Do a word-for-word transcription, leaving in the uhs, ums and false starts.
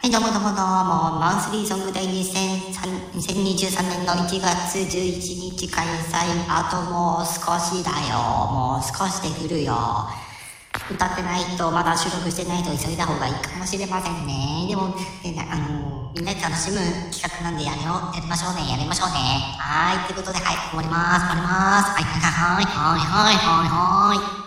はい、どうもどうもどうも、マンスリーソングデイにせんにじゅうさんねんのいちがつじゅういちにち開催。あともう少しだよ。もう少しで来るよ。歌ってないと、まだ収録してないと急いだ方がいいかもしれませんね。でも、えあのみんなで楽しむ企画なんでやめよう、やりましょうね、やりましょうね。はい、ということで、はい、終わります、終わります。はい、はい、はい、はい、はい、はい、はい。